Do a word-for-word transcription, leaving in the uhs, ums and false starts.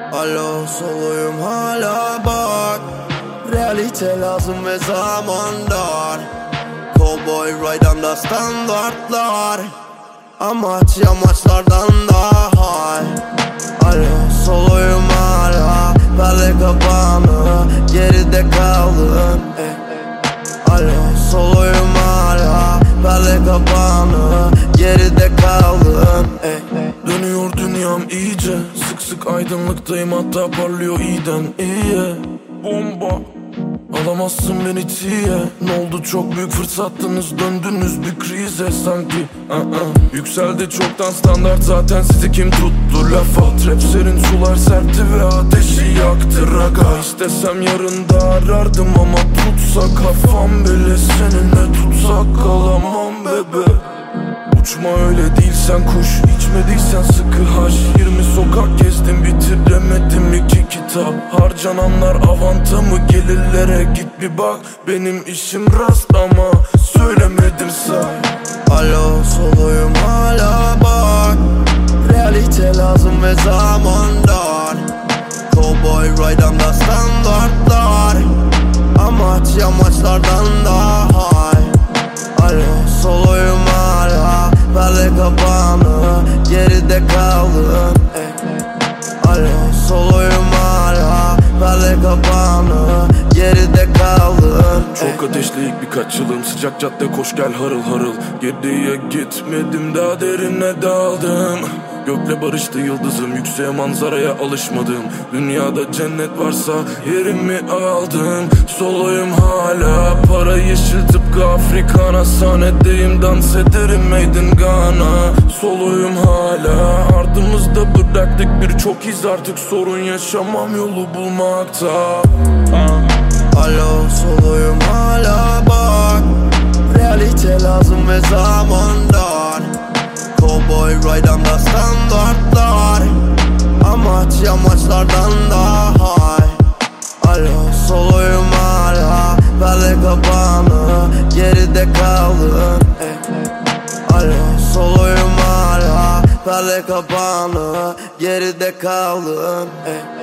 Alo, soluyum hala bak. Realite lazım ve zaman dar. Cowboy Ride'ımda standartlar. Amaç yamaçlardan daha high. Alo, soluyum hala. Perde kapanı, geride kaldım eh. Alo, soluyum hala. Perde kapanı, geride kaldım eh. Dönüyor dünyam iyice, sık sık aydınlıktayım, hatta parlıyor iyiden iyiye. Bomba, alamazsın beni tiye. Ne oldu, çok büyük fırsattınız, döndünüz bir krize sanki uh -uh. Yükseldi çoktan standart, zaten sizi kim tuttu lafa. Trap serin, sular sertti ve ateşi yaktı raga. İstesem yarın da arardım ama tutsa kafam bile, seninle tutsak kalamam bebe. Uçma öyle değilsen kuş, içmediysen sıkı haş. Yirmi sokak gezdim, bitiremedim iki kitap. Harcananlar avanta mı, gelirlere git bir bak. Benim işim rast ama söylemedim say. Alo, soluyum hala bak. Realite lazım ve zaman dar. Cowboy Ride'ımda standartlar. Amaç yamaçlardan daha high. Alo, soluyum hala. Perde kapanı, geride kaldım eh. Alo, soluyum hala. Perde kapanı, geride kaldım eh. Çok ateşleyik birkaç yılım, sıcak cadde koş gel harıl harıl. Geriye gitmedim, daha derine daldım. Gökle barıştı yıldızım, yükseğe manzaraya alışmadım. Dünyada cennet varsa yerimi aldım. Soluyum hala, para yeşil tıpkı Afrikana. Sahnedeyim, dans ederim made in Ghana. Soluyum hala, ardımızda bıraktık birçok iz, artık sorun yaşamam yolu bulmakta. Alo, soluyum hala bak. Realite lazım ve zaman dar. Cowboy Ride'ımda standartlar. Amaç yamaçlardan daha high. Alo, soluyum hala. Perde kapanı, geride kaldım eh. Alo, soluyum hala. Perde kapanı, geride kaldım eh.